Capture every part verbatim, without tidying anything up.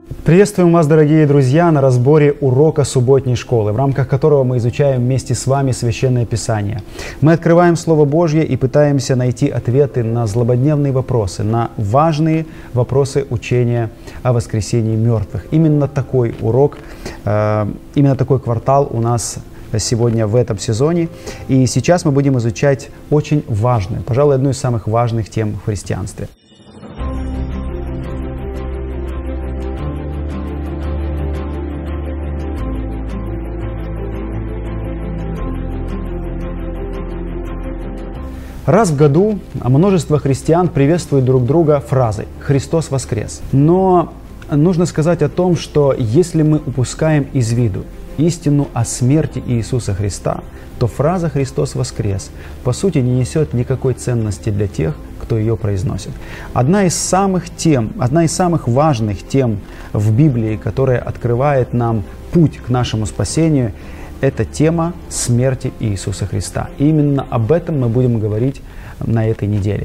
Приветствуем вас, дорогие друзья, на разборе урока субботней школы, в рамках которого мы изучаем вместе с вами Священное Писание. Мы открываем Слово Божье и пытаемся найти ответы на злободневные вопросы, на важные вопросы учения о воскресении мертвых. Именно такой урок, именно такой квартал у нас сегодня в этом сезоне. И сейчас мы будем изучать очень важную, пожалуй, одну из самых важных тем в христианстве. Раз в году множество христиан приветствуют друг друга фразой «Христос воскрес». Но нужно сказать о том, что если мы упускаем из виду истину о смерти Иисуса Христа, то фраза «Христос воскрес» по сути не несет никакой ценности для тех, кто ее произносит. Одна из самых тем, одна из самых важных тем в Библии, которая открывает нам путь к нашему спасению, это тема смерти Иисуса Христа. И именно об этом мы будем говорить на этой неделе.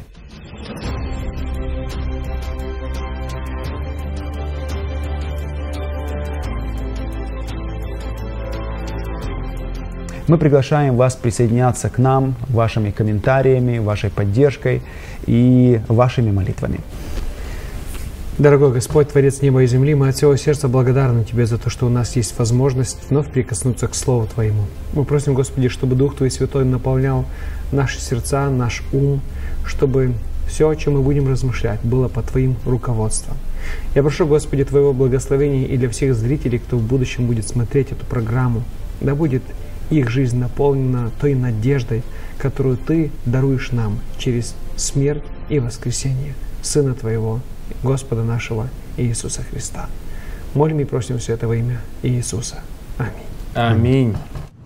Мы приглашаем вас присоединяться к нам вашими комментариями, вашей поддержкой и вашими молитвами. Дорогой Господь, Творец неба и земли, мы от всего сердца благодарны Тебе за то, что у нас есть возможность вновь прикоснуться к Слову Твоему. Мы просим, Господи, чтобы Дух Твой Святой наполнял наши сердца, наш ум, чтобы все, о чем мы будем размышлять, было под Твоим руководством. Я прошу, Господи, Твоего благословения и для всех зрителей, кто в будущем будет смотреть эту программу. Да будет их жизнь наполнена той надеждой, которую Ты даруешь нам через смерть и воскресение Сына Твоего, Господа нашего Иисуса Христа. Молим и просим все это во имя Иисуса. Аминь. Аминь.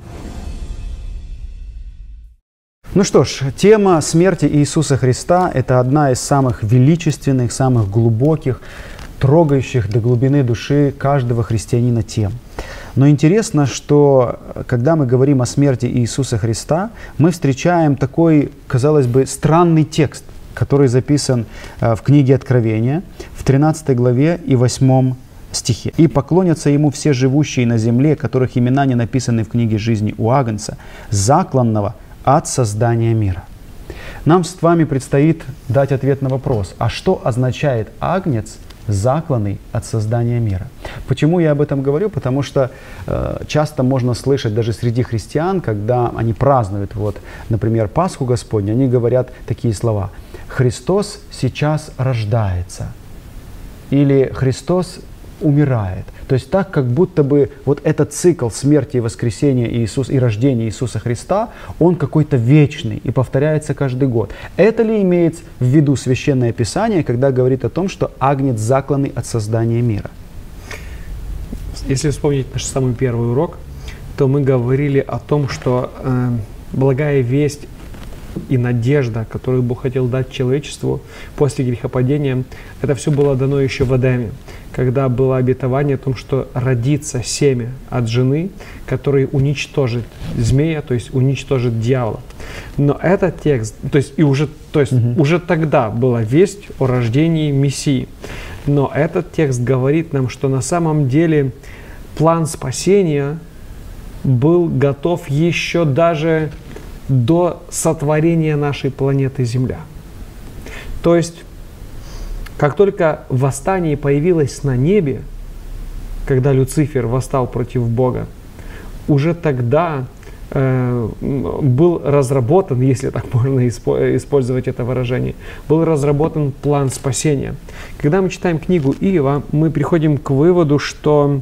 Ну что ж, тема смерти Иисуса Христа – это одна из самых величественных, самых глубоких, трогающих до глубины души каждого христианина тем. Но интересно, что когда мы говорим о смерти Иисуса Христа, мы встречаем такой, казалось бы, странный текст, который записан в книге Откровения, в тринадцатой главе и восьмом стихе. «И поклонятся Ему все живущие на земле, которых имена не написаны в книге жизни у Агнца, закланного от создания мира». Нам с вами предстоит дать ответ на вопрос, а что означает Агнец, закланный от создания мира? Почему я об этом говорю? Потому что э, часто можно слышать даже среди христиан, когда они празднуют, вот, например, Пасху Господню, они говорят такие слова: «Христос сейчас рождается» или «Христос умирает». То есть так, как будто бы вот этот цикл смерти и воскресения Иисуса и рождения Иисуса Христа, он какой-то вечный и повторяется каждый год. Это ли имеет в виду Священное Писание, когда говорит о том, что Агнец закланный от создания мира? Если вспомнить наш самый первый урок, то мы говорили о том, что э, благая весть и надежда, которую Бог хотел дать человечеству после грехопадения, это все было дано еще в Эдеме, когда было обетование о том, что родится семя от жены, который уничтожит змея, то есть уничтожит дьявола. Но этот текст, то есть и уже, то есть угу. уже тогда была весть о рождении Мессии. Но этот текст говорит нам, что на самом деле план спасения был готов еще даже до сотворения нашей планеты Земля. То есть, как только восстание появилось на небе, когда Люцифер восстал против Бога, уже тогда э, был разработан, если так можно использовать это выражение, был разработан план спасения. Когда мы читаем книгу Иова, мы приходим к выводу, что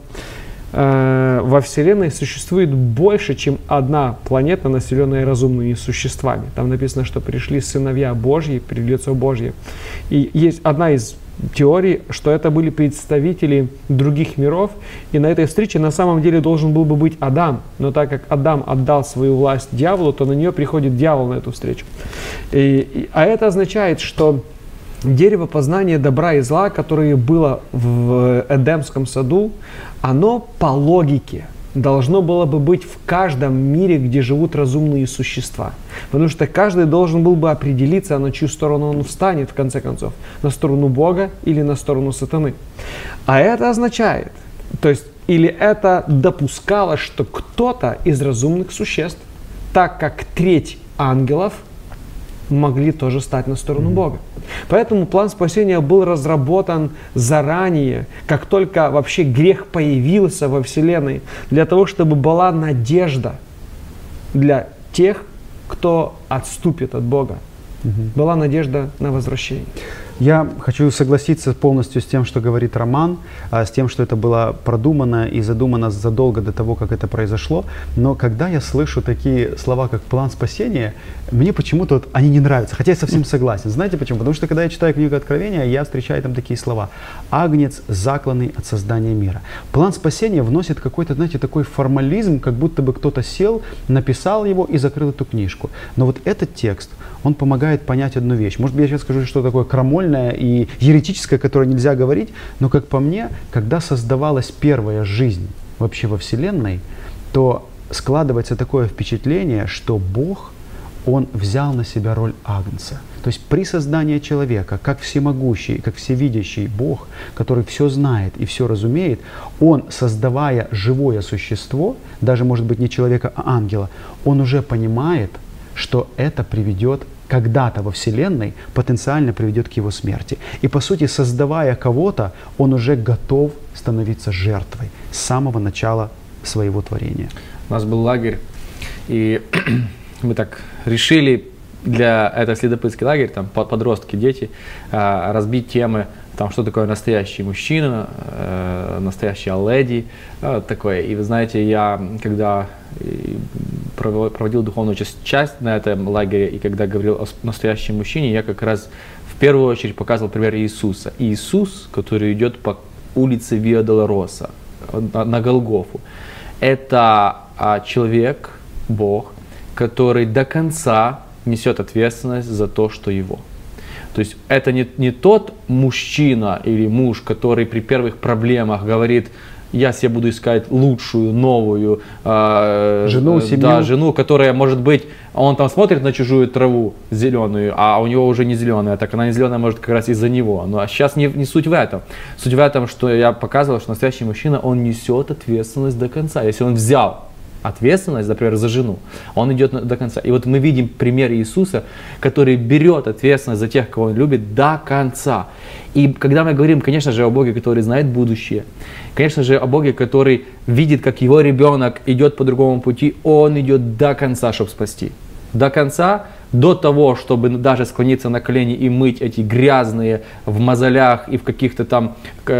во Вселенной существует больше, чем одна планета, населенная разумными существами. Там написано, что пришли сыновья Божьи, пред лицо Божье. И есть одна из теорий, что это были представители других миров, и на этой встрече на самом деле должен был бы быть Адам. Но так как Адам отдал свою власть дьяволу, то на нее приходит дьявол на эту встречу. И, и, а это означает, что дерево познания добра и зла, которое было в Эдемском саду, оно по логике должно было бы быть в каждом мире, где живут разумные существа. Потому что каждый должен был бы определиться, на чью сторону он встанет, в конце концов, на сторону Бога или на сторону сатаны. А это означает, то есть, или это допускало, что кто-то из разумных существ, так как треть ангелов, могли тоже стать на сторону Бога. Поэтому план спасения был разработан заранее, как только вообще грех появился во Вселенной, для того, чтобы была надежда для тех, кто отступит от Бога. Угу. Была надежда на возвращение. Я хочу согласиться полностью с тем, что говорит Роман, с тем, что это было продумано и задумано задолго до того, как это произошло. Но когда я слышу такие слова, как план спасения, мне почему-то вот они не нравятся, хотя я совсем согласен. Знаете почему? Потому что когда я читаю книгу Откровения, я встречаю там такие слова: «Агнец, закланный от создания мира». План спасения вносит какой-то, знаете, такой формализм, как будто бы кто-то сел, написал его и закрыл эту книжку. Но вот этот текст, он помогает понять одну вещь. Может быть, я сейчас скажу, что такое крамольное и еретическое, которое нельзя говорить, но, как по мне, когда создавалась первая жизнь вообще во Вселенной, то складывается такое впечатление, что Бог, Он взял на себя роль Агнца. То есть при создании человека, как всемогущий, как всевидящий Бог, который все знает и все разумеет, Он, создавая живое существо, даже, может быть, не человека, а ангела, Он уже понимает, что это приведет когда-то во Вселенной, потенциально приведет к его смерти. И, по сути, создавая кого-то, он уже готов становиться жертвой с самого начала своего творения. У нас был лагерь, и мы так решили для этого следопытский лагерь, там подростки, дети, разбить темы, там, что такое настоящий мужчина, настоящая леди, такое. И вы знаете, я когда проводил духовную часть на этом лагере, и когда говорил о настоящем мужчине, я как раз в первую очередь показывал пример Иисуса. Иисус, который идет по улице Виа Долороса, на Голгофу, это человек, Бог, который до конца несет ответственность за то, что его. То есть это не, не тот мужчина или муж, который при первых проблемах говорит: я себе буду искать лучшую, новую э, жену, семью. Да, жену, которая, может быть, он там смотрит на чужую траву зеленую, а у него уже не зеленая, так она не зеленая, может, как раз из-за него. Но сейчас не, не суть в этом. Суть в этом, что я показывал, что настоящий мужчина, он несет ответственность до конца. Если он взял ответственность, например, за жену, он идет до конца. И вот мы видим пример Иисуса, который берет ответственность за тех, кого он любит, до конца. И когда мы говорим, конечно же, о Боге, который знает будущее, конечно же, о Боге, который видит, как его ребенок идет по другому пути, он идет до конца, чтобы спасти. До конца, до того, чтобы даже склониться на колени и мыть эти грязные в мозолях и в каких-то там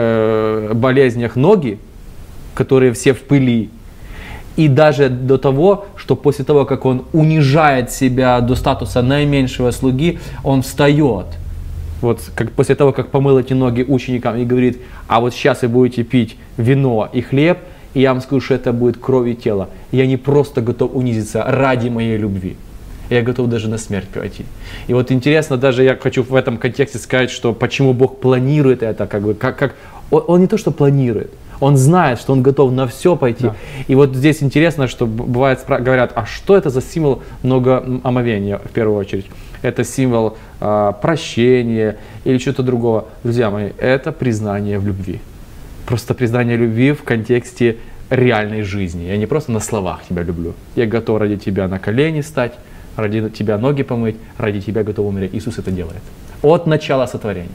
э, болезнях ноги, которые все в пыли. И даже до того, что после того, как он унижает себя до статуса наименьшего слуги, он встает. Вот как после того, как помыл эти ноги ученикам и говорит: а вот сейчас вы будете пить вино и хлеб, и я вам скажу, что это будет кровь и тело. Я не просто готов унизиться ради моей любви. Я готов даже на смерть пойти. И вот интересно, даже я хочу в этом контексте сказать, что почему Бог планирует это, как бы, как, как он, он не то, что планирует. Он знает, что он готов на все пойти. Да. И вот здесь интересно, что бывает говорят: а что это за символ многоомовения в первую очередь? Это символ э, прощения или чего-то другого. Друзья мои, это признание в любви. Просто признание любви в контексте реальной жизни. Я не просто на словах тебя люблю. Я готов ради тебя на колени стать, ради тебя ноги помыть, ради тебя готов умереть. Иисус это делает. От начала сотворения.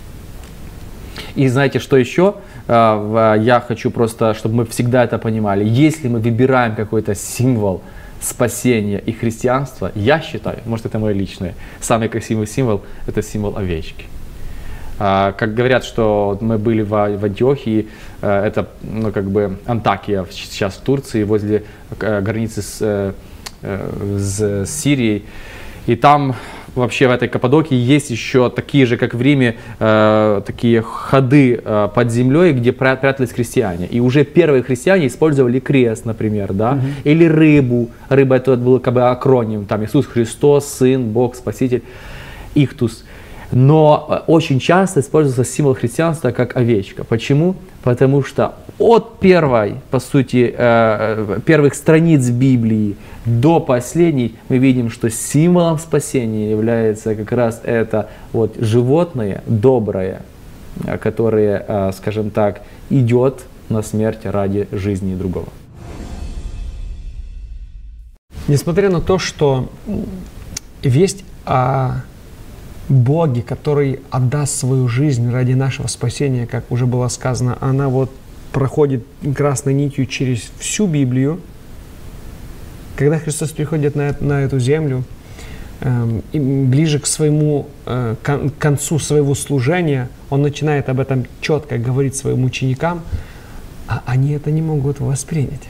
И знаете, что еще? Я хочу просто, чтобы мы всегда это понимали. Если мы выбираем какой-то символ спасения и христианства, я считаю, может, это мой личный, самый красивый символ – это символ овечки. Как говорят, что мы были в Антиохии, это, ну, как бы Антакия сейчас в Турции, возле границы с, с Сирией. И там вообще в этой Каппадокии есть еще такие же, как в Риме, э, такие ходы э, под землей, где прятались христиане. И уже первые христиане использовали крест, например, да, mm-hmm. или рыбу. Рыба — это был как бы акроним, там Иисус Христос, Сын, Бог, Спаситель, Ихтус. Но очень часто используется символ христианства как овечка. Почему? Потому что от первой, по сути, э, первых страниц Библии до последней мы видим, что символом спасения является как раз это вот животное доброе, которое, э, скажем так, идет на смерть ради жизни другого. Несмотря на то, что весть о Боге, который отдаст свою жизнь ради нашего спасения, как уже было сказано, она вот проходит красной нитью через всю Библию. Когда Христос приходит на, на эту землю, э, и ближе к своему э, к концу своего служения, Он начинает об этом четко говорить своим ученикам, а они это не могут воспринять.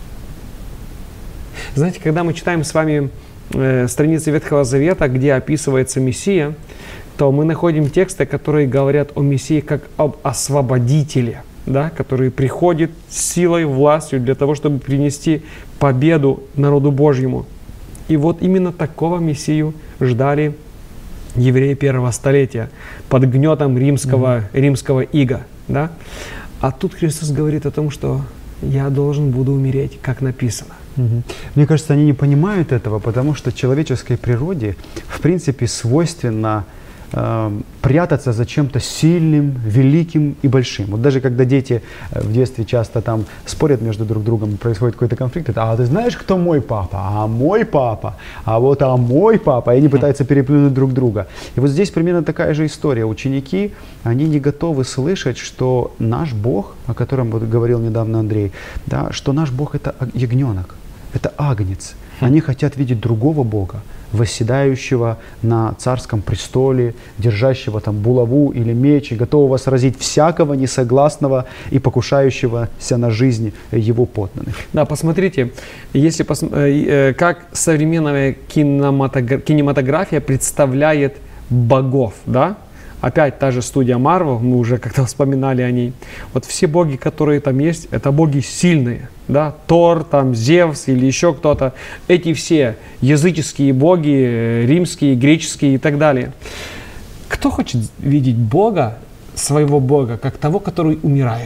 Знаете, когда мы читаем с вами э, страницы Ветхого Завета, где описывается Мессия, то мы находим тексты, которые говорят о Мессии как об освободителе, да, который приходит с силой, властью для того, чтобы принести победу народу Божьему. И вот именно такого Мессию ждали евреи первого столетия под гнетом римского, mm-hmm. римского ига. Да? А тут Христос говорит о том, что я должен буду умереть, как написано. Угу. Мне кажется, они не понимают этого, потому что человеческой природе, в принципе, свойственно э, прятаться за чем-то сильным, великим и большим. Вот даже когда дети в детстве часто там спорят между друг другом, происходит какой-то конфликт, это, а ты знаешь, кто мой папа? А мой папа? А вот а мой папа? И они пытаются переплюнуть друг друга. И вот здесь примерно такая же история. Ученики, они не готовы слышать, что наш Бог, о котором вот говорил недавно Андрей, да, что наш Бог это ягненок. Это агнец. Они хотят видеть другого Бога, восседающего на царском престоле, держащего там булаву или меч, и готового сразить всякого несогласного и покушающегося на жизнь его подданных. Да, посмотрите, если пос... как современная кинематография представляет богов, да? Опять та же студия Marvel, мы уже как-то вспоминали о ней. Вот все боги, которые там есть, это боги сильные. Да? Тор, там, Зевс или еще кто-то. Эти все языческие боги, римские, греческие и так далее. Кто хочет видеть Бога, своего Бога, как того, который умирает?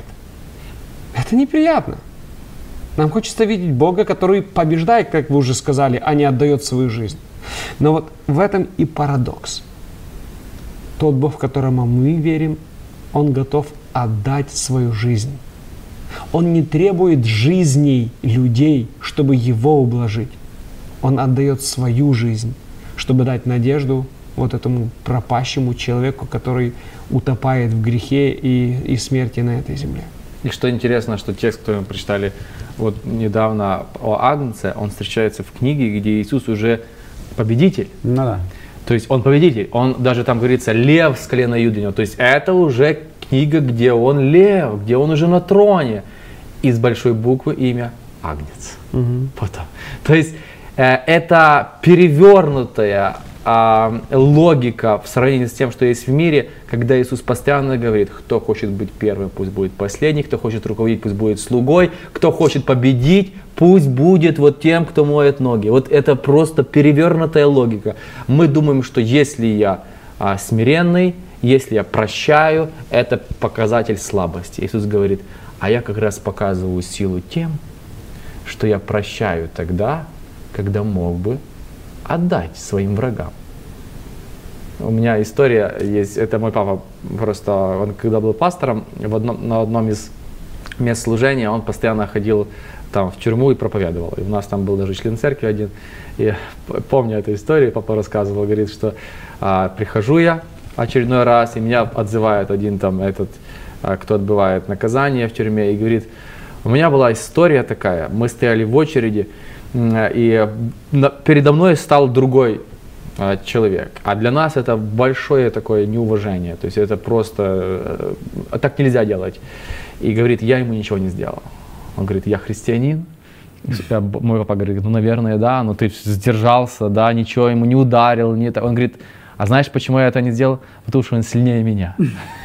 Это неприятно. Нам хочется видеть Бога, который побеждает, как вы уже сказали, а не отдает свою жизнь. Но вот в этом и парадокс. Тот Бог, в которого мы верим, Он готов отдать свою жизнь. Он не требует жизней людей, чтобы Его ублажить. Он отдает свою жизнь, чтобы дать надежду вот этому пропащему человеку, который утопает в грехе и, и смерти на этой земле. И что интересно, что текст, который мы прочитали вот недавно о Агнце, он встречается в книге, где Иисус уже победитель. Ну да. То есть он победитель, он даже там говорится лев с колена Юдиного, то есть это уже книга, где он лев, где он уже на троне, и с большой буквы имя Агнец. Угу. Потом. То есть э, это перевернутая э, логика в сравнении с тем, что есть в мире, когда Иисус постоянно говорит, кто хочет быть первым, пусть будет последний, кто хочет руководить, пусть будет слугой, кто хочет победить, пусть будет вот тем, кто моет ноги. Вот это просто перевернутая логика. Мы думаем, что если я а, смиренный, если я прощаю, это показатель слабости. Иисус говорит, а я как раз показываю силу тем, что я прощаю тогда, когда мог бы отдать своим врагам. У меня история есть, это мой папа просто, он когда был пастором, в одном, на одном из мест служения он постоянно ходил там в тюрьму и проповедовал. И у нас там был даже член церкви один. И помню эту историю, папа рассказывал, говорит, что а, прихожу я очередной раз, и меня отзывает один там этот, а, кто отбывает наказание в тюрьме, и говорит, у меня была история такая, мы стояли в очереди, и на, передо мной стал другой а, человек. А для нас это большое такое неуважение, то есть это просто, а, так нельзя делать. И говорит, я ему ничего не сделал. Он говорит, я христианин. Мой папа говорит, ну, наверное, да, но ты сдержался, да, ничего ему не ударил. Не... Он говорит, а знаешь, почему я это не сделал? Потому что он сильнее меня.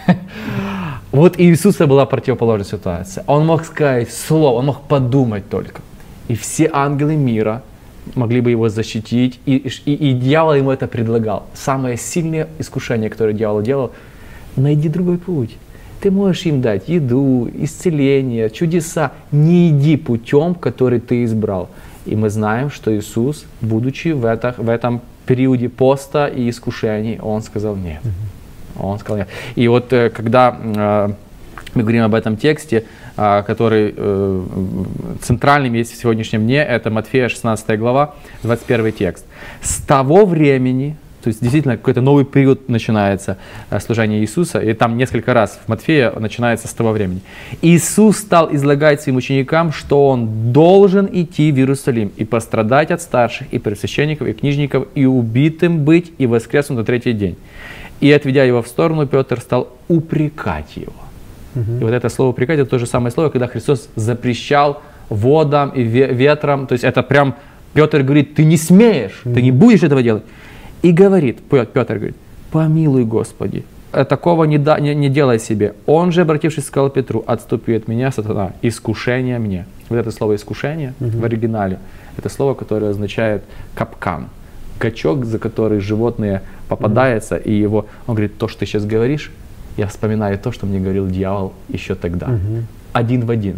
Вот и у Иисуса была противоположная ситуация. Он мог сказать слово, он мог подумать только. И все ангелы мира могли бы его защитить, и, и, и дьявол ему это предлагал. Самое сильное искушение, которое дьявол делал, найди другой путь. Ты можешь им дать еду, исцеление, чудеса. Не иди путем, который ты избрал. И мы знаем, что Иисус, будучи в, это, в этом периоде поста и искушений, Он сказал нет. Он сказал нет. И вот когда э, мы говорим об этом тексте, э, который э, центральным есть в сегодняшнем дне, это Матфея шестнадцатая глава, двадцать первый текст. «С того времени», то есть действительно какой-то новый период начинается э, служения Иисуса, и там несколько раз в Матфея начинается с того времени. «Иисус стал излагать своим ученикам, что Он должен идти в Иерусалим и пострадать от старших, и первосвященников, и книжников, и убитым быть, и воскреснуть на третий день. И, отведя его в сторону, Петр стал упрекать его». Uh-huh. И вот это слово «упрекать» — это то же самое слово, когда Христос запрещал водам и ветрам. То есть это прям Петр говорит: ты не смеешь, uh-huh. ты не будешь этого делать. И говорит, Петр говорит: помилуй, Господи, такого не, да, не, не делай себе. Он же, обратившись, сказал Петру: отступи от меня, сатана, искушение мне. Вот это слово «искушение» uh-huh. в оригинале — это слово, которое означает капкан. Гачок, за который животное попадается, mm-hmm. и его, он говорит: то, что ты сейчас говоришь, я вспоминаю то, что мне говорил дьявол еще тогда. Mm-hmm. Один в один.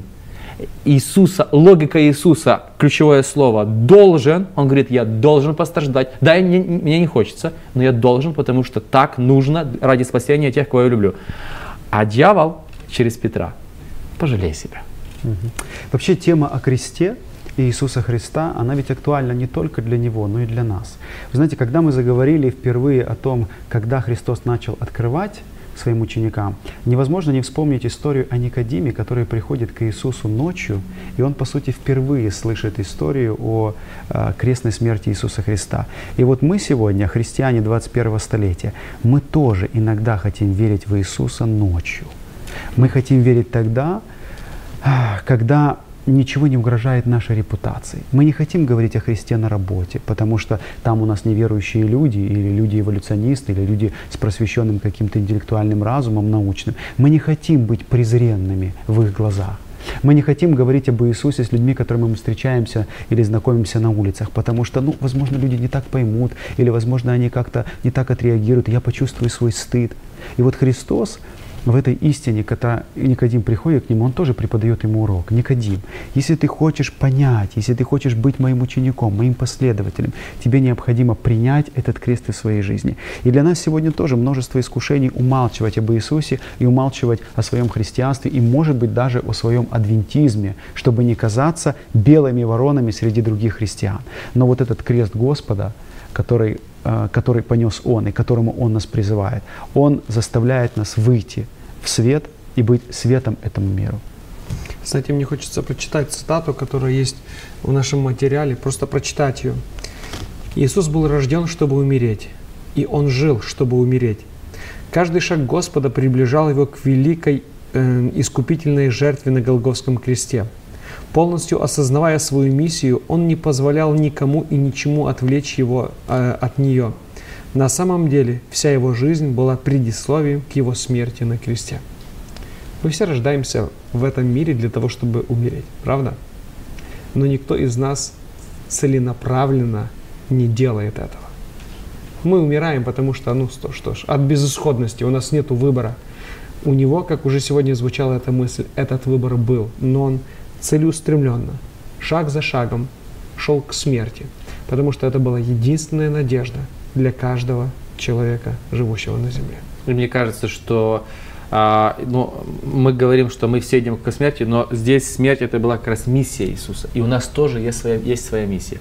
Иисуса, логика Иисуса, ключевое слово «должен», он говорит: я должен пострадать. Да, мне, мне не хочется, но я должен, потому что так нужно ради спасения тех, кого я люблю. А дьявол через Петра: пожалей себя. Mm-hmm. Вообще тема о кресте Иисуса Христа, она ведь актуальна не только для Него, но и для нас. Вы знаете, когда мы заговорили впервые о том, когда Христос начал открывать своим ученикам, невозможно не вспомнить историю о Никодиме, который приходит к Иисусу ночью, и он, по сути, впервые слышит историю о э, крестной смерти Иисуса Христа. И вот мы сегодня, христиане двадцать первого столетия, мы тоже иногда хотим верить в Иисуса ночью. Мы хотим верить тогда, когда ничего не угрожает нашей репутации. Мы не хотим говорить о Христе на работе, потому что там у нас неверующие люди, или люди-эволюционисты, или люди с просвещенным каким-то интеллектуальным разумом, научным. Мы не хотим быть презренными в их глазах. Мы не хотим говорить об Иисусе с людьми, с которыми мы встречаемся или знакомимся на улицах, потому что, ну, возможно, люди не так поймут, или, возможно, они как-то не так отреагируют, я почувствую свой стыд. И вот Христос в этой истине, когда Никодим приходит к нему, он тоже преподает ему урок. Никодим, если ты хочешь понять, если ты хочешь быть моим учеником, моим последователем, тебе необходимо принять этот крест в своей жизни. И для нас сегодня тоже множество искушений умалчивать об Иисусе и умалчивать о своем христианстве и, может быть, даже о своем адвентизме, чтобы не казаться белыми воронами среди других христиан. Но вот этот крест Господа, который, который понес Он и к которому Он нас призывает, Он заставляет нас выйти в свет и быть светом этому миру. Знаете, мне хочется прочитать цитату, которая есть в нашем материале, просто прочитать ее. «Иисус был рожден, чтобы умереть, и Он жил, чтобы умереть. Каждый шаг Господа приближал Его к великой э, искупительной жертве на Голгофском кресте. Полностью осознавая свою миссию, Он не позволял никому и ничему отвлечь Его э, от нее. На самом деле, вся Его жизнь была предисловием к Его смерти на кресте». Мы все рождаемся в этом мире для того, чтобы умереть, правда? Но никто из нас целенаправленно не делает этого. Мы умираем, потому что, ну что, что ж, от безысходности, у нас нет выбора. У него, как уже сегодня звучала эта мысль, этот выбор был, но он целеустремленно, шаг за шагом шел к смерти, потому что это была единственная надежда для каждого человека, живущего на земле. И мне кажется, что а, ну, мы говорим, что мы все идем к смерти, но здесь смерть — это была как раз миссия Иисуса. И у нас тоже есть своя, есть своя миссия.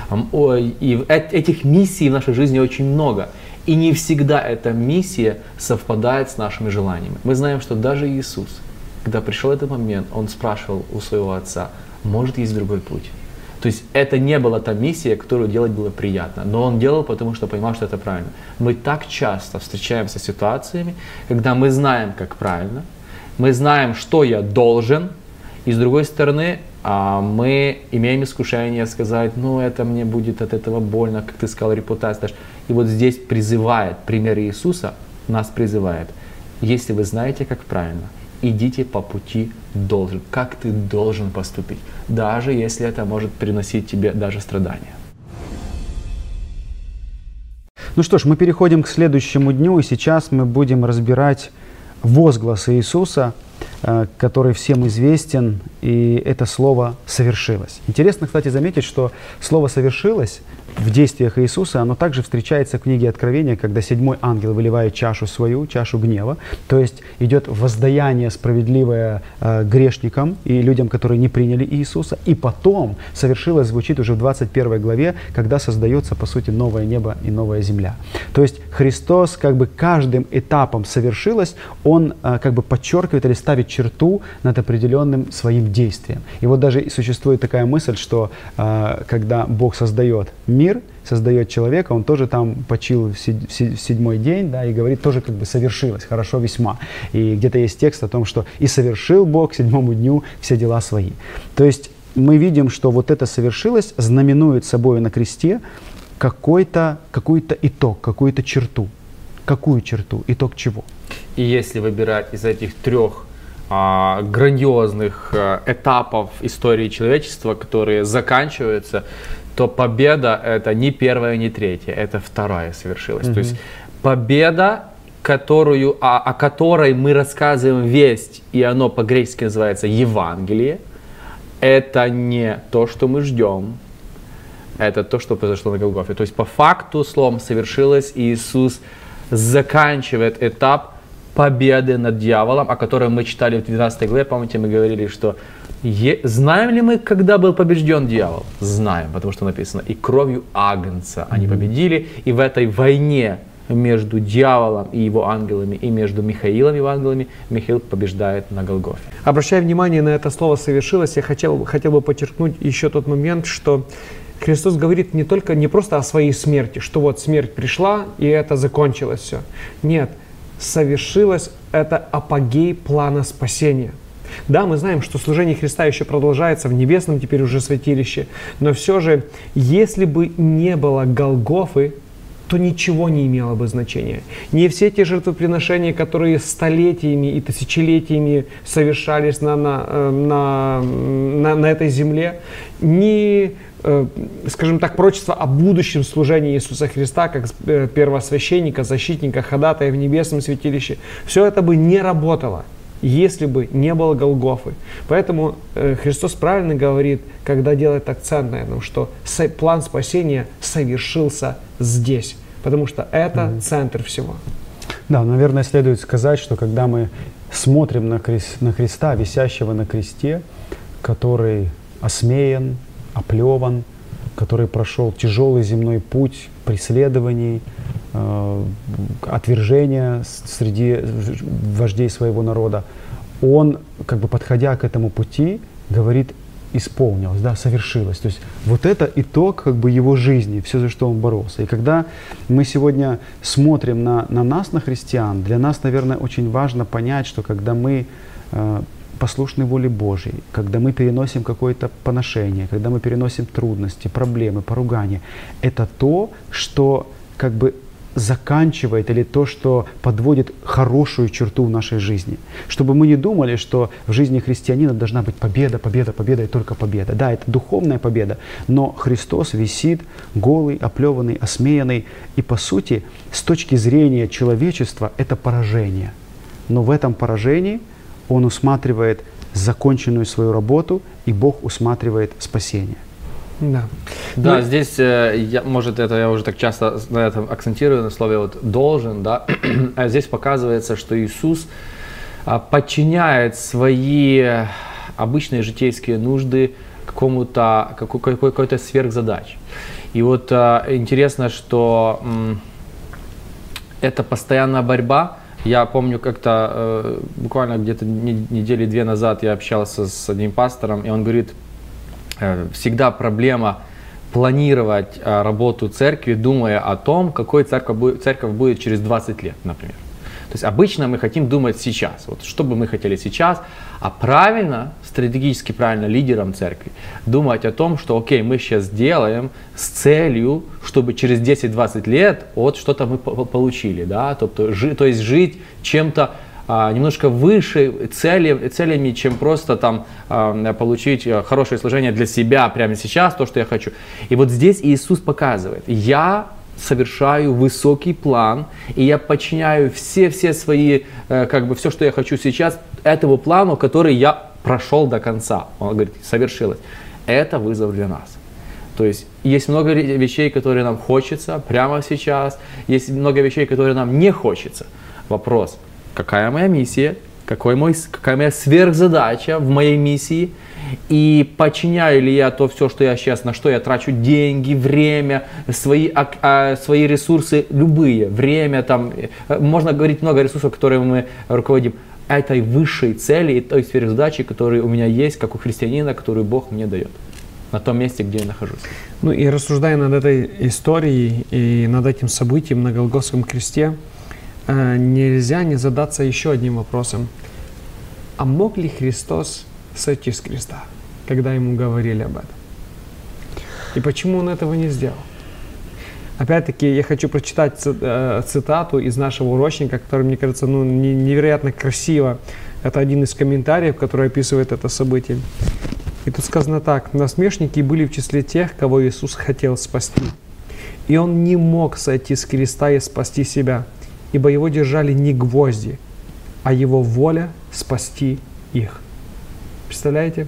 И этих миссий в нашей жизни очень много. И не всегда эта миссия совпадает с нашими желаниями. Мы знаем, что даже Иисус, когда пришел этот момент, Он спрашивал у своего Отца: может, есть другой путь? То есть это не была та миссия, которую делать было приятно, но Он делал, потому что понимал, что это правильно. Мы так часто встречаемся с ситуациями, когда мы знаем, как правильно, мы знаем, что я должен, и с другой стороны, мы имеем искушение сказать: ну это мне будет от этого больно, как ты сказал, репутация. И вот здесь призывает, пример Иисуса нас призывает: если вы знаете, как правильно, идите по пути должен, как ты должен поступить, даже если это может приносить тебе даже страдания. Ну что ж, мы переходим к следующему дню, и сейчас мы будем разбирать возглас Иисуса, который всем известен, и это слово «совершилось». Интересно, кстати, заметить, что слово «совершилось» в действиях Иисуса, оно также встречается в книге Откровения, когда седьмой ангел выливает чашу свою, чашу гнева, то есть идет воздаяние справедливое э, грешникам и людям, которые не приняли Иисуса, и потом «совершилось» звучит уже в двадцать первой главе, когда создается, по сути, новое небо и новая земля. То есть Христос как бы каждым этапом «совершилось», Он э, как бы подчеркивает или ставит черту над определенным своим действием. И вот даже существует такая мысль, что э, когда Бог создает мир, создает человека, он тоже там почил в седьмой день, да, и говорит, тоже как бы совершилось, хорошо весьма. И где-то есть текст о том, что «и совершил Бог к седьмому дню все дела свои». То есть мы видим, что вот это совершилось, знаменует собой на кресте какой-то, какой-то итог, какую-то черту. Какую черту? Итог чего? И если выбирать из этих трех а, грандиозных а, этапов истории человечества, которые заканчиваются, то победа — это не первая, не третья, это вторая совершилась. Mm-hmm. То есть победа, которую, о, о которой мы рассказываем весть, и оно по-гречески называется Евангелие, это не то, что мы ждем, это то, что произошло на Голгофе. То есть по факту словом «совершилось», Иисус заканчивает этап победы над дьяволом, о котором мы читали в двенадцатой главе. Помните, мы говорили, что е... знаем ли мы, когда был побежден дьявол? Знаем, потому что написано, и кровью Агнца они победили, и в этой войне между дьяволом и его ангелами, и между Михаилом и его ангелами, Михаил побеждает на Голгофе. Обращая внимание на это слово «совершилось», я хотел, хотел бы подчеркнуть еще тот момент, что Христос говорит не только, не просто о своей смерти, что вот смерть пришла, и это закончилось все. Нет, совершилось — это апогей плана спасения. Да, мы знаем, что служение Христа еще продолжается в небесном теперь уже святилище, но все же, если бы не было Голгофы, то ничего не имело бы значения. Не все те жертвоприношения, которые столетиями и тысячелетиями совершались на, на, на, на, на этой земле, ни, скажем так, пророчество о будущем служении Иисуса Христа, как первосвященника, защитника, ходатая в небесном святилище, все это бы не работало, если бы не было Голгофы. Поэтому э, Христос правильно говорит, когда делает акцент на этом, что со- план спасения совершился здесь, потому что это mm-hmm. центр всего. Да, наверное, следует сказать, что когда мы смотрим на, крест, на Христа, висящего на кресте, который осмеян, оплеван, который прошел тяжелый земной путь преследований, э, отвержения среди вождей своего народа, он, как бы подходя к этому пути, говорит, исполнилось, да, совершилось. То есть вот это итог как бы его жизни, все, за что он боролся. И когда мы сегодня смотрим на, на нас, на христиан, для нас, наверное, очень важно понять, что когда мы э, послушны воле Божьей, когда мы переносим какое-то поношение, когда мы переносим трудности, проблемы, поругания, это то, что как бы заканчивает или то, что подводит хорошую черту в нашей жизни. Чтобы мы не думали, что в жизни христианина должна быть победа, победа, победа и только победа. Да, это духовная победа, но Христос висит голый, оплеванный, осмеянный. И по сути, с точки зрения человечества, это поражение. Но в этом поражении Он усматривает законченную свою работу, и Бог усматривает спасение. Да, да, ну, здесь, я, может, это я уже так часто на этом акцентирую, на слове вот «должен», да, а здесь показывается, что Иисус подчиняет свои обычные житейские нужды какому-то, какой, какой-то сверхзадач. И вот интересно, что м, это постоянная борьба. Я помню, как-то э, буквально где-то недели две назад я общался с одним пастором, и он говорит, э, всегда проблема планировать э, работу церкви, думая о том, какой церковь будет, церковь будет через двадцать лет, например. То есть обычно мы хотим думать сейчас, вот что бы мы хотели сейчас, а правильно, стратегически правильно лидерам церкви думать о том, что окей, мы сейчас делаем с целью, чтобы через десять-двадцать лет вот что-то мы получили, да, то, то, жи, то есть жить чем-то а, немножко выше цели, целями, чем просто там а, получить хорошее служение для себя прямо сейчас, то, что я хочу. И вот здесь Иисус показывает, я совершаю высокий план, и я подчиняю все-все свои, как бы все, что я хочу сейчас, этому плану, который я прошел до конца. Он говорит, совершилось. Это вызов для нас. То есть есть много вещей, которые нам хочется прямо сейчас, есть много вещей, которые нам не хочется. Вопрос, какая моя миссия, какой мой, какая моя сверхзадача в моей миссии, и подчиняю ли я то все, что я сейчас, на что я трачу деньги, время, свои, а, а, свои ресурсы, любые, время, там, можно говорить много ресурсов, которыми мы руководим, этой высшей цели и той сверхзадачи, которые у меня есть, как у христианина, которую Бог мне дает на том месте, где я нахожусь. Ну и рассуждая над этой историей и над этим событием на Голгофском кресте, нельзя не задаться еще одним вопросом. А мог ли Христос сойти с креста, когда ему говорили об этом? И почему он этого не сделал? Опять-таки, я хочу прочитать цитату из нашего урочника, который, мне кажется, ну, невероятно красиво. Это один из комментариев, который описывает это событие. И тут сказано так. «Насмешники были в числе тех, кого Иисус хотел спасти. И Он не мог сойти с креста и спасти себя, ибо Его держали не гвозди, а Его воля спасти их». Представляете?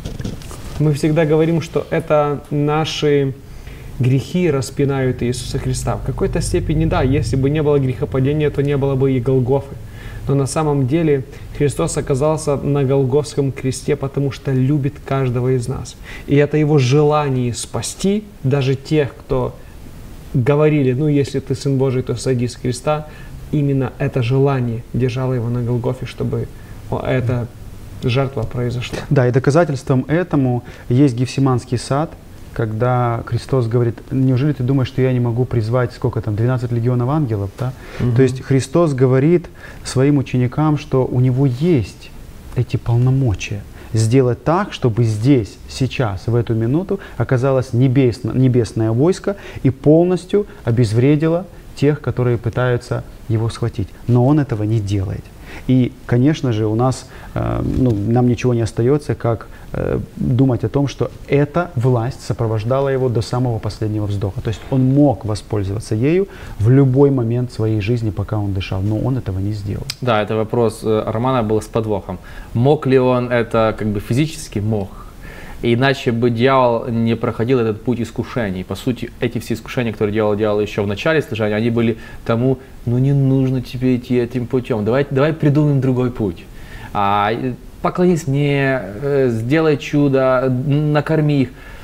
Мы всегда говорим, что это наши грехи распинают Иисуса Христа. В какой-то степени, да, если бы не было грехопадения, то не было бы и Голгофы. Но на самом деле Христос оказался на Голгофском кресте, потому что любит каждого из нас. И это Его желание спасти даже тех, кто говорили, ну, если ты Сын Божий, то сойди с креста. Именно это желание держало Его на Голгофе, чтобы эта жертва произошла. Да, и доказательством этому есть Гефсиманский сад, когда Христос говорит, неужели ты думаешь, что я не могу призвать, сколько там, двенадцать легионов ангелов, да? Угу. То есть Христос говорит своим ученикам, что у Него есть эти полномочия сделать так, чтобы здесь, сейчас, в эту минуту оказалось небесно, небесное войско и полностью обезвредило тех, которые пытаются Его схватить. Но Он этого не делает. И, конечно же, у нас, э, ну, нам ничего не остается, как э, думать о том, что эта власть сопровождала Его до самого последнего вздоха. То есть Он мог воспользоваться ею в любой момент своей жизни, пока Он дышал, но Он этого не сделал. Да, это вопрос Романа был с подвохом. Мог ли Он это как бы физически? Мог. Иначе бы дьявол не проходил этот путь искушений. По сути, эти все искушения, которые дьявол делал еще в начале служения, они были тому, ну не нужно тебе идти этим путем, давай, давай придумаем другой путь. А, поклонись мне, сделай чудо, накорми их.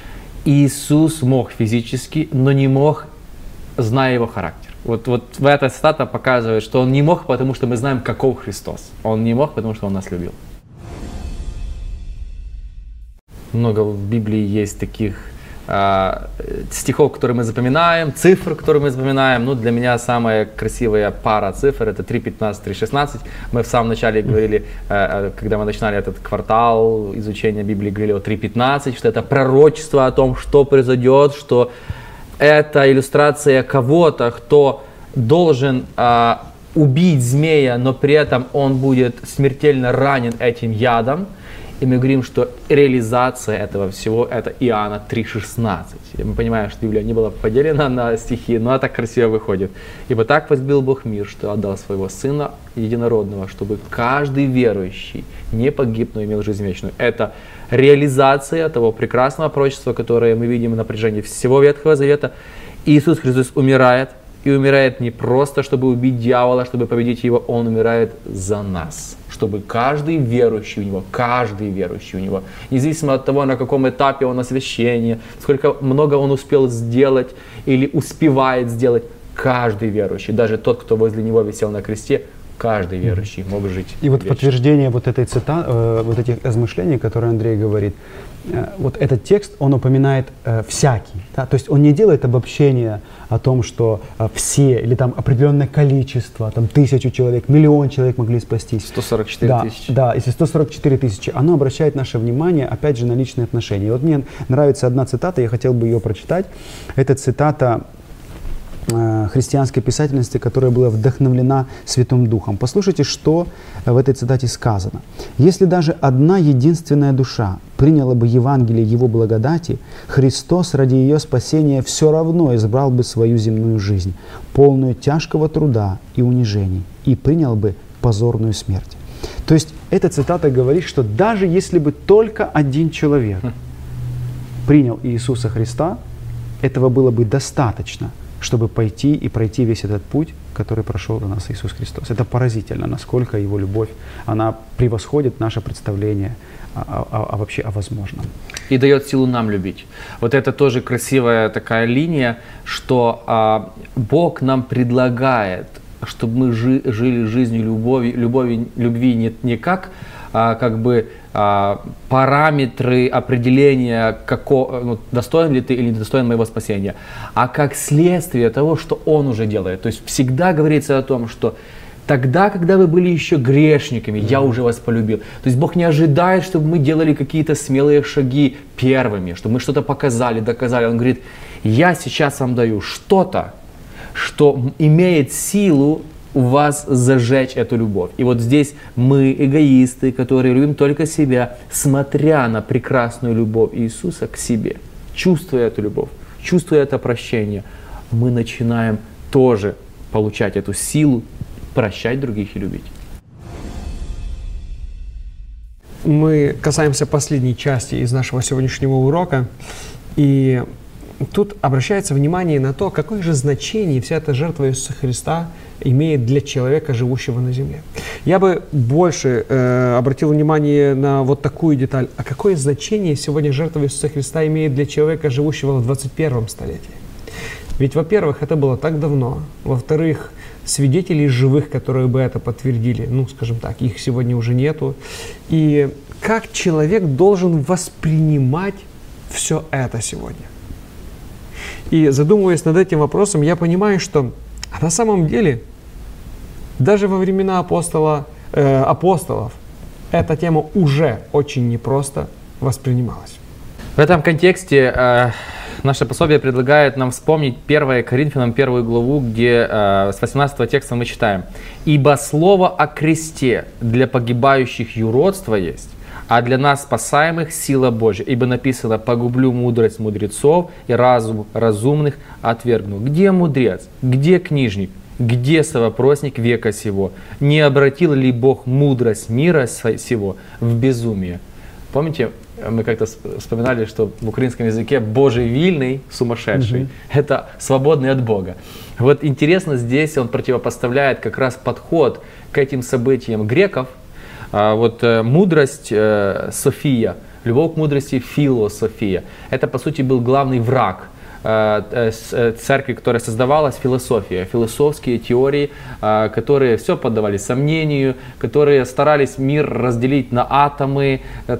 Иисус мог физически, но не мог, зная Его характер. Вот, вот в эта цитата показывает, что Он не мог, потому что мы знаем, каков Христос. Он не мог, потому что Он нас любил. Много в Библии есть таких э, стихов, которые мы запоминаем, цифр, которые мы запоминаем. Ну, для меня самая красивая пара цифр — это три пятнадцать, три шестнадцать. Мы в самом начале говорили, э, когда мы начинали этот квартал изучения Библии, говорили о три пятнадцать, что это пророчество о том, что произойдет, что это иллюстрация кого-то, кто должен э, убить змея, но при этом он будет смертельно ранен этим ядом. И мы говорим, что реализация этого всего — это Иоанна три шестнадцать. И мы понимаем, что Библия не была поделена на стихи, но это красиво выходит. «Ибо так возлюбил Бог мир, что отдал своего Сына Единородного, чтобы каждый верующий не погиб, но имел жизнь вечную». Это реализация того прекрасного пророчества, которое мы видим на протяжении всего Ветхого Завета. Иисус Христос умирает, и умирает не просто, чтобы убить дьявола, чтобы победить его, Он умирает за нас, чтобы каждый верующий у Него, каждый верующий у Него, независимо от того, на каком этапе он освящения, сколько много он успел сделать или успевает сделать, каждый верующий, даже тот, кто возле Него висел на кресте, каждый верующий мог жить. И вот вечно. подтверждение вот этой цитаты, э, вот этих размышлений, которые Андрей говорит, э, вот этот текст, он упоминает э, всякий, да? То есть он не делает обобщения о том, что э, все или там определенное количество, там тысячу человек, миллион человек могли спастись. сто сорок четыре да, тысячи. Да, если сто сорок четыре тысячи, оно обращает наше внимание, опять же, на личные отношения. И вот мне нравится одна цитата, я хотел бы ее прочитать. Это цитата э, христианской писательности, которая была вдохновлена Святым Духом. Послушайте, что в этой цитате сказано. «Если даже одна единственная душа приняла бы Евангелие Его благодати, Христос ради ее спасения все равно избрал бы свою земную жизнь, полную тяжкого труда и унижений, и принял бы позорную смерть». То есть эта цитата говорит, что даже если бы только один человек принял Иисуса Христа, этого было бы достаточно, чтобы пойти и пройти весь этот путь, который прошел до нас Иисус Христос. Это поразительно, насколько Его любовь, она превосходит наше представление о, о, о вообще о возможном. И дает силу нам любить. Вот это тоже красивая такая линия, что а, Бог нам предлагает, чтобы мы жи, жили жизнью любови, любови, любви не, не как, а, как бы а, параметры определения, како, ну, достоин ли ты или недостоин моего спасения, а как следствие того, что Он уже делает. То есть всегда говорится о том, что тогда, когда вы были еще грешниками, я уже вас полюбил. То есть Бог не ожидает, чтобы мы делали какие-то смелые шаги первыми, чтобы мы что-то показали, доказали. Он говорит, я сейчас вам даю что-то, что имеет силу у вас зажечь эту любовь. И вот здесь мы, эгоисты, которые любим только себя, смотря на прекрасную любовь Иисуса к себе, чувствуя эту любовь, чувствуя это прощение, мы начинаем тоже получать эту силу, прощать других и любить. Мы касаемся последней части из нашего сегодняшнего урока. И тут обращается внимание на то, какое же значение вся эта жертва Иисуса Христа имеет для человека, живущего на земле. Я бы больше э, обратил внимание на вот такую деталь. А какое значение сегодня жертва Иисуса Христа имеет для человека, живущего в двадцать первом столетии? Ведь, во-первых, это было так давно. Во-вторых, свидетелей живых, которые бы это подтвердили, ну, скажем так, их сегодня уже нету. И как человек должен воспринимать все это сегодня? И задумываясь над этим вопросом, я понимаю, что на самом деле даже во времена апостола, э, апостолов эта тема уже очень непросто воспринималась. В этом контексте э, наше пособие предлагает нам вспомнить первое Коринфянам первую главу, где э, с восемнадцатого текста мы читаем. «Ибо слово о кресте для погибающих юродство есть, а для нас спасаемых сила Божья. Ибо написано, погублю мудрость мудрецов и разум разумных отвергну». Где мудрец? Где книжник? Где совопросник века сего? Не обратил ли Бог мудрость мира сего в безумие? Помните, мы как-то вспоминали, что в украинском языке божевильный, сумасшедший, mm-hmm. это свободный от Бога. Вот интересно, здесь он противопоставляет как раз подход к этим событиям греков. Вот мудрость София, любовь к мудрости философия. Это, по сути, был главный враг церкви, которая создавалась, философия, философские теории, которые все поддавали сомнению, которые старались мир разделить на атомы.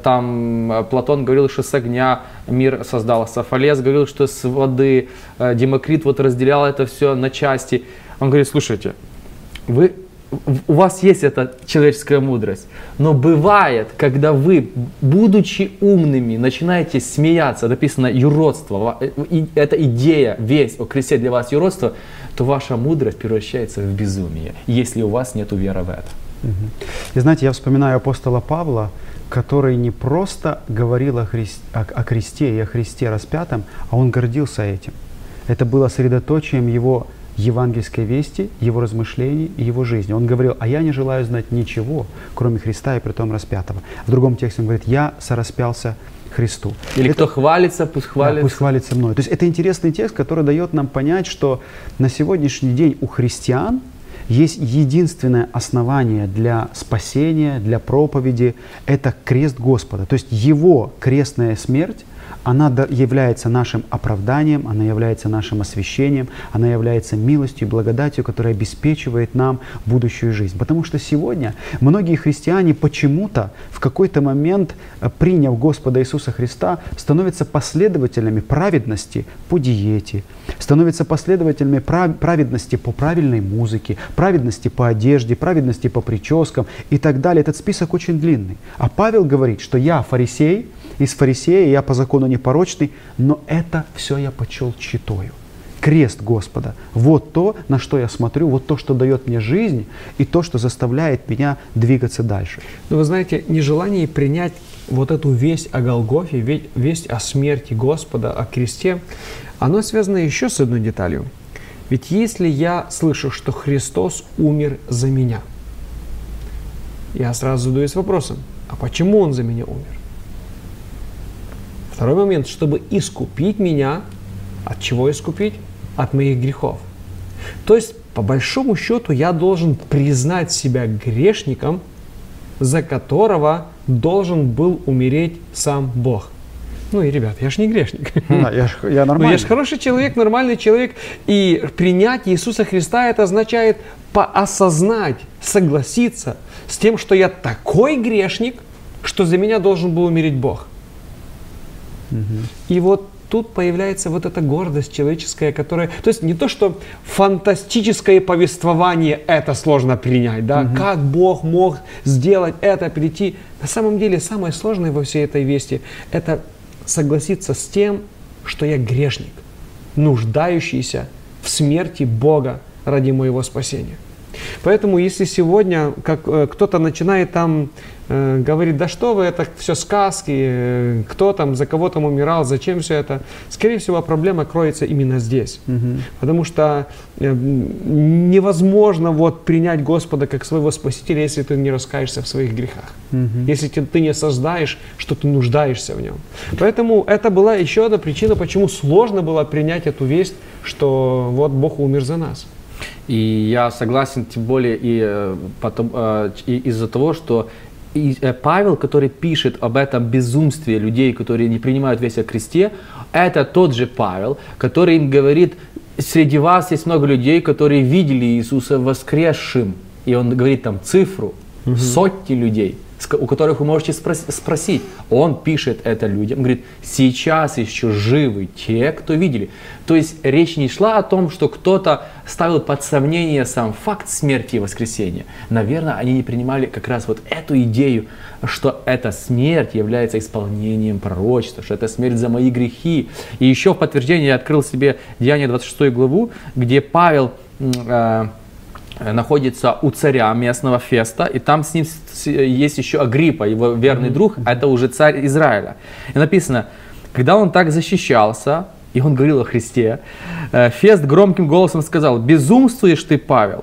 Там Платон говорил, что с огня мир создался, Фалес говорил, что с воды, Демокрит вот разделял это все на части. Он говорит, слушайте, вы у вас есть эта человеческая мудрость, но бывает, когда вы, будучи умными, начинаете смеяться, написано юродство, эта идея, весть о кресте для вас юродство, то ваша мудрость превращается в безумие, если у вас нет веры в это. И знаете, я вспоминаю апостола Павла, который не просто говорил о, Хри... о, о кресте и о Христе распятом, а он гордился этим. Это было средоточием его евангельской вести, его размышлений и его жизни. Он говорил, а я не желаю знать ничего, кроме Христа и притом распятого. В другом тексте он говорит, я сораспялся Христу. Или это, кто хвалится, пусть хвалится. Да, пусть хвалится мной. То есть это интересный текст, который дает нам понять, что на сегодняшний день у христиан есть единственное основание для спасения, для проповеди – это крест Господа. То есть Его крестная смерть, она является нашим оправданием, она является нашим освящением, она является милостью и благодатью, которая обеспечивает нам будущую жизнь. Потому что сегодня многие христиане почему-то в какой-то момент, приняв Господа Иисуса Христа, становятся последователями праведности по диете, становятся последователями праведности по правильной музыке, праведности по одежде, праведности по прическам и так далее. Этот список очень длинный. А Павел говорит, что я фарисей, из фарисея, я по закону непорочный, но это все я почел тщетою. крест Господа. Вот то, на что я смотрю, вот то, что дает мне жизнь, и то, что заставляет меня двигаться дальше. Но вы знаете, нежелание принять вот эту весть о Голгофе, весть о смерти Господа, о кресте, оно связано еще с одной деталью. Ведь если я слышу, что Христос умер за меня, я сразу задаюсь вопросом, а почему Он за меня умер? Второй момент, чтобы искупить меня, от чего искупить? От моих грехов. То есть, по большому счету, я должен признать себя грешником, за которого должен был умереть сам Бог. Ну и, ребят, я ж не грешник. Да, я, ж, я нормальный. Но я же хороший человек, нормальный человек. И принять Иисуса Христа, это означает поосознать, согласиться с тем, что я такой грешник, что за меня должен был умереть Бог. Угу. И вот тут появляется вот эта гордость человеческая, которая... То есть не то, что фантастическое повествование это сложно принять, да, угу. Как Бог мог сделать это, прийти. На самом деле самое сложное во всей этой вести – это согласиться с тем, что я грешник, нуждающийся в смерти Бога ради моего спасения. Поэтому, если сегодня как, э, кто-то начинает там э, говорить, да что вы, это все сказки, э, кто там, за кого там умирал, зачем все это, скорее всего, проблема кроется именно здесь. Угу. Потому что э, невозможно вот принять Господа как своего Спасителя, если ты не раскаешься в своих грехах. Угу. Если ты, ты не осознаешь, что ты нуждаешься в нем. Поэтому это была еще одна причина, почему сложно было принять эту весть, что вот Бог умер за нас. И я согласен, тем более и, потом, и из-за того, что и Павел, который пишет об этом безумстве людей, которые не принимают весть о кресте, это тот же Павел, который им говорит, среди вас есть много людей, которые видели Иисуса воскресшим. И он говорит там цифру, угу. Сотни людей, у которых вы можете спросить. Он пишет это людям, говорит, сейчас еще живы те, кто видели. То есть речь не шла о том, что кто-то ставил под сомнение сам факт смерти и воскресения. Наверное, они не принимали как раз вот эту идею, что эта смерть является исполнением пророчества, что это смерть за мои грехи. И еще в подтверждение я открыл себе Деяния двадцать шестую главу, где Павел э, находится у царя местного Феста, и там с ним есть еще Агриппа, его верный друг, а это уже царь Израиля. И написано, когда он так защищался, и он говорил о Христе, Фест громким голосом сказал, «Безумствуешь ты, Павел,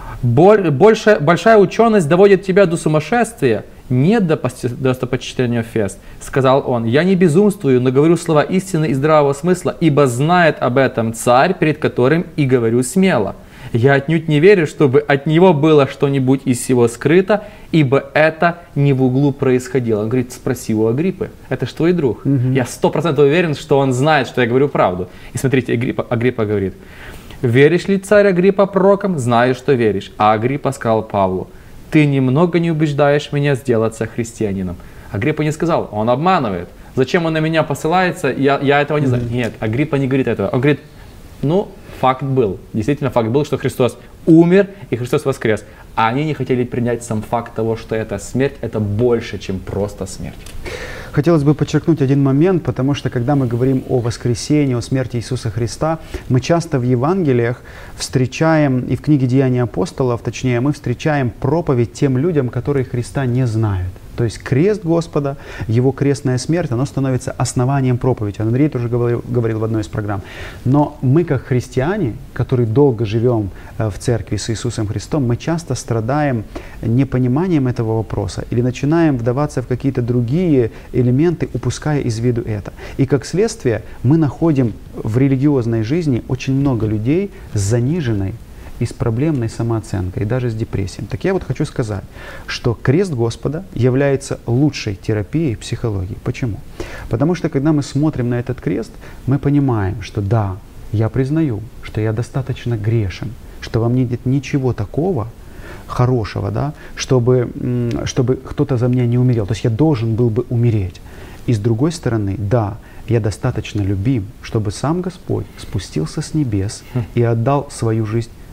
больше, большая ученость доводит тебя до сумасшествия». «Нет достопочтения, Фест», сказал он, «я не безумствую, но говорю слова истины и здравого смысла, ибо знает об этом царь, перед которым и говорю смело. Я отнюдь не верю, чтобы от него было что-нибудь из всего скрыто, ибо это не в углу происходило». Он говорит, спроси у Агриппы, это же твой друг. Угу. Я сто процентов уверен, что он знает, что я говорю правду. И смотрите, Агриппа, Агриппа говорит, веришь ли, царь Агриппа, пророкам? Знаю, что веришь. А Агриппа сказал Павлу, ты немного не убеждаешь меня сделаться христианином. Агриппа не сказал, он обманывает. Зачем он на меня посылается, я, я этого не знаю. Угу. Нет, Агриппа не говорит этого. Он говорит, ну, факт был. Действительно, факт был, что Христос умер и Христос воскрес. А они не хотели принять сам факт того, что эта смерть, это больше, чем просто смерть. Хотелось бы подчеркнуть один момент, потому что когда мы говорим о воскресении, о смерти Иисуса Христа, мы часто в Евангелиях встречаем, и в книге «Деяния апостолов», точнее, мы встречаем проповедь тем людям, которые Христа не знают. То есть крест Господа, Его крестная смерть, оно становится основанием проповеди. Андрей тоже говорил, говорил в одной из программ. Но мы, как христиане, которые долго живем в церкви с Иисусом Христом, мы часто страдаем непониманием этого вопроса или начинаем вдаваться в какие-то другие элементы, упуская из виду это. И как следствие мы находим в религиозной жизни очень много людей с заниженной и с проблемной самооценкой, и даже с депрессией. Так я вот хочу сказать, что крест Господа является лучшей терапией психологии. Почему? Потому что когда мы смотрим на этот крест, мы понимаем, что да, я признаю, что я достаточно грешен, что во мне нет ничего такого хорошего, да, чтобы, чтобы кто-то за меня не умерел. То есть я должен был бы умереть. И с другой стороны, да, я достаточно любим, чтобы сам Господь спустился с небес и отдал свою жизнь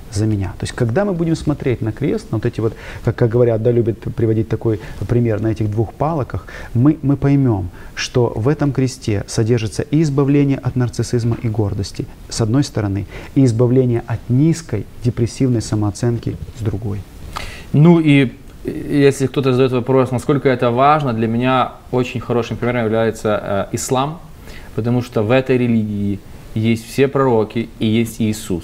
за меня. То есть, когда мы будем смотреть на крест, на вот эти вот, как, как говорят, да, любят приводить такой пример, на этих двух палках, мы, мы поймем, что в этом кресте содержится и избавление от нарциссизма и гордости, с одной стороны, и избавление от низкой депрессивной самооценки с другой. Ну и если кто-то задает вопрос, насколько это важно, для меня очень хорошим примером является э, ислам, потому что в этой религии есть все пророки и есть Иисус.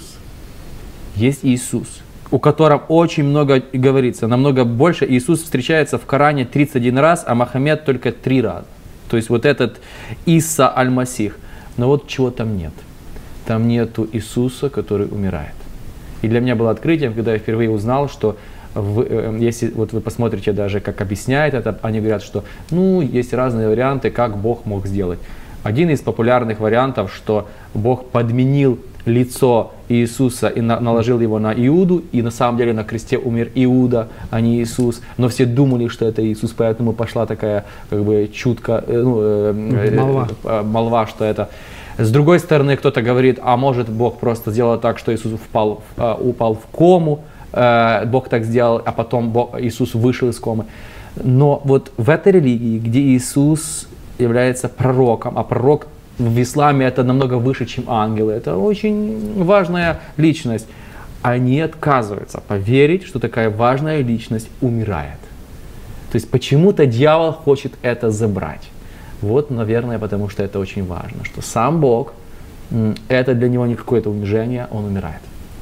Есть Иисус, о котором очень много говорится, намного больше. Иисус встречается в Коране тридцать один раз, а Мухаммед только три раза. То есть вот этот Иса Аль-Масих. Но вот чего там нет. Там нету Иисуса, который умирает. И для меня было открытием, когда я впервые узнал, что в, если вот вы посмотрите даже, как объясняет это, они говорят, что ну, есть разные варианты, как Бог мог сделать. Один из популярных вариантов, что Бог подменил лицо Иисуса и на, наложил его на Иуду, и на самом деле на кресте умер Иуда, а не Иисус. Но все думали, что это Иисус, поэтому пошла такая как бы чутка, ну, э, молва. Э, молва, что это. С другой стороны, кто-то говорит, а может Бог просто сделал так, что Иисус впал, э, упал в кому, э, Бог так сделал, а потом Бог, Иисус вышел из комы. Но вот в этой религии, где Иисус является пророком, а пророк в исламе это намного выше, чем ангелы, это очень важная личность, они отказываются поверить, что такая важная личность умирает. То есть почему-то дьявол хочет это забрать. Вот, наверное, потому что это очень важно, что сам Бог, это для него не какое-то унижение, он умирает.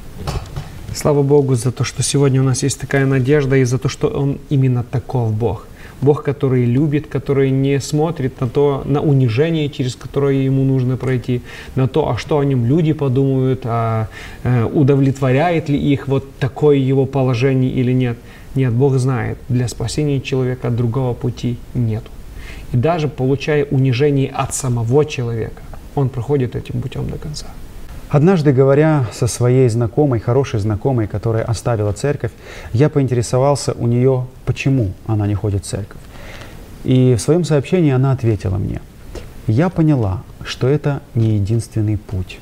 Слава Богу за то, что сегодня у нас есть такая надежда, и за то, что Он именно таков Бог. Бог, который любит, который не смотрит на то, на унижение, через которое ему нужно пройти, на то, а что о нем люди подумают, а э, удовлетворяет ли их вот такое его положение или нет. Нет, Бог знает, для спасения человека другого пути нету. И даже получая унижение от самого человека, он проходит этим путем до конца. Однажды, говоря со своей знакомой, хорошей знакомой, которая оставила церковь, я поинтересовался у нее, почему она не ходит в церковь. И в своем сообщении она ответила мне: «Я поняла, что это не единственный путь».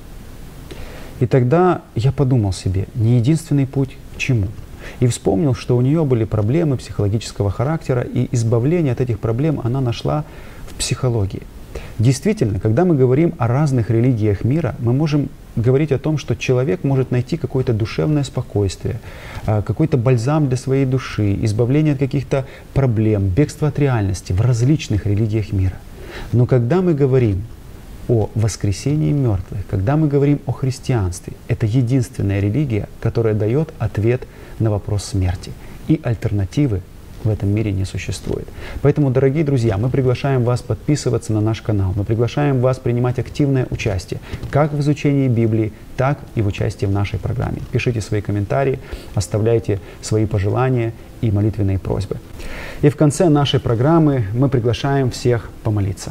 И тогда я подумал себе, не единственный путь к чему? И вспомнил, что у нее были проблемы психологического характера, и избавление от этих проблем она нашла в психологии. Действительно, когда мы говорим о разных религиях мира, мы можем говорить о том, что человек может найти какое-то душевное спокойствие, какой-то бальзам для своей души, избавление от каких-то проблем, бегство от реальности в различных религиях мира. Но когда мы говорим о воскресении мертвых, когда мы говорим о христианстве, это единственная религия, которая дает ответ на вопрос смерти. И альтернативы в этом мире не существует. Поэтому, дорогие друзья, мы приглашаем вас подписываться на наш канал, мы приглашаем вас принимать активное участие как в изучении Библии, так и в участии в нашей программе. Пишите свои комментарии, оставляйте свои пожелания и молитвенные просьбы. И в конце нашей программы мы приглашаем всех помолиться.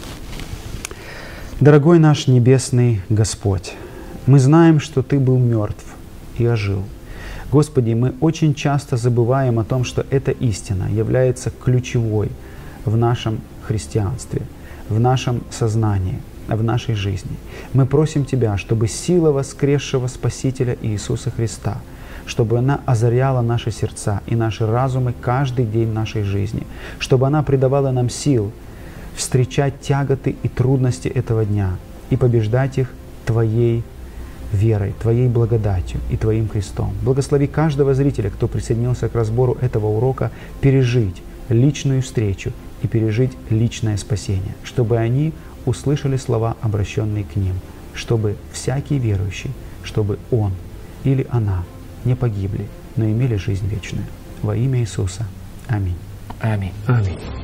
Дорогой наш Небесный Господь, мы знаем, что Ты был мертв и ожил. Господи, мы очень часто забываем о том, что эта истина является ключевой в нашем христианстве, в нашем сознании, в нашей жизни. Мы просим Тебя, чтобы сила воскресшего Спасителя Иисуса Христа, чтобы она озаряла наши сердца и наши разумы каждый день нашей жизни, чтобы она придавала нам сил встречать тяготы и трудности этого дня и побеждать их Твоей верой, Твоей благодатью и Твоим Христом. Благослови каждого зрителя, кто присоединился к разбору этого урока, пережить личную встречу и пережить личное спасение, чтобы они услышали слова, обращенные к ним, чтобы всякий верующий, чтобы он или она не погибли, но имели жизнь вечную. Во имя Иисуса. Аминь. Аминь. Аминь.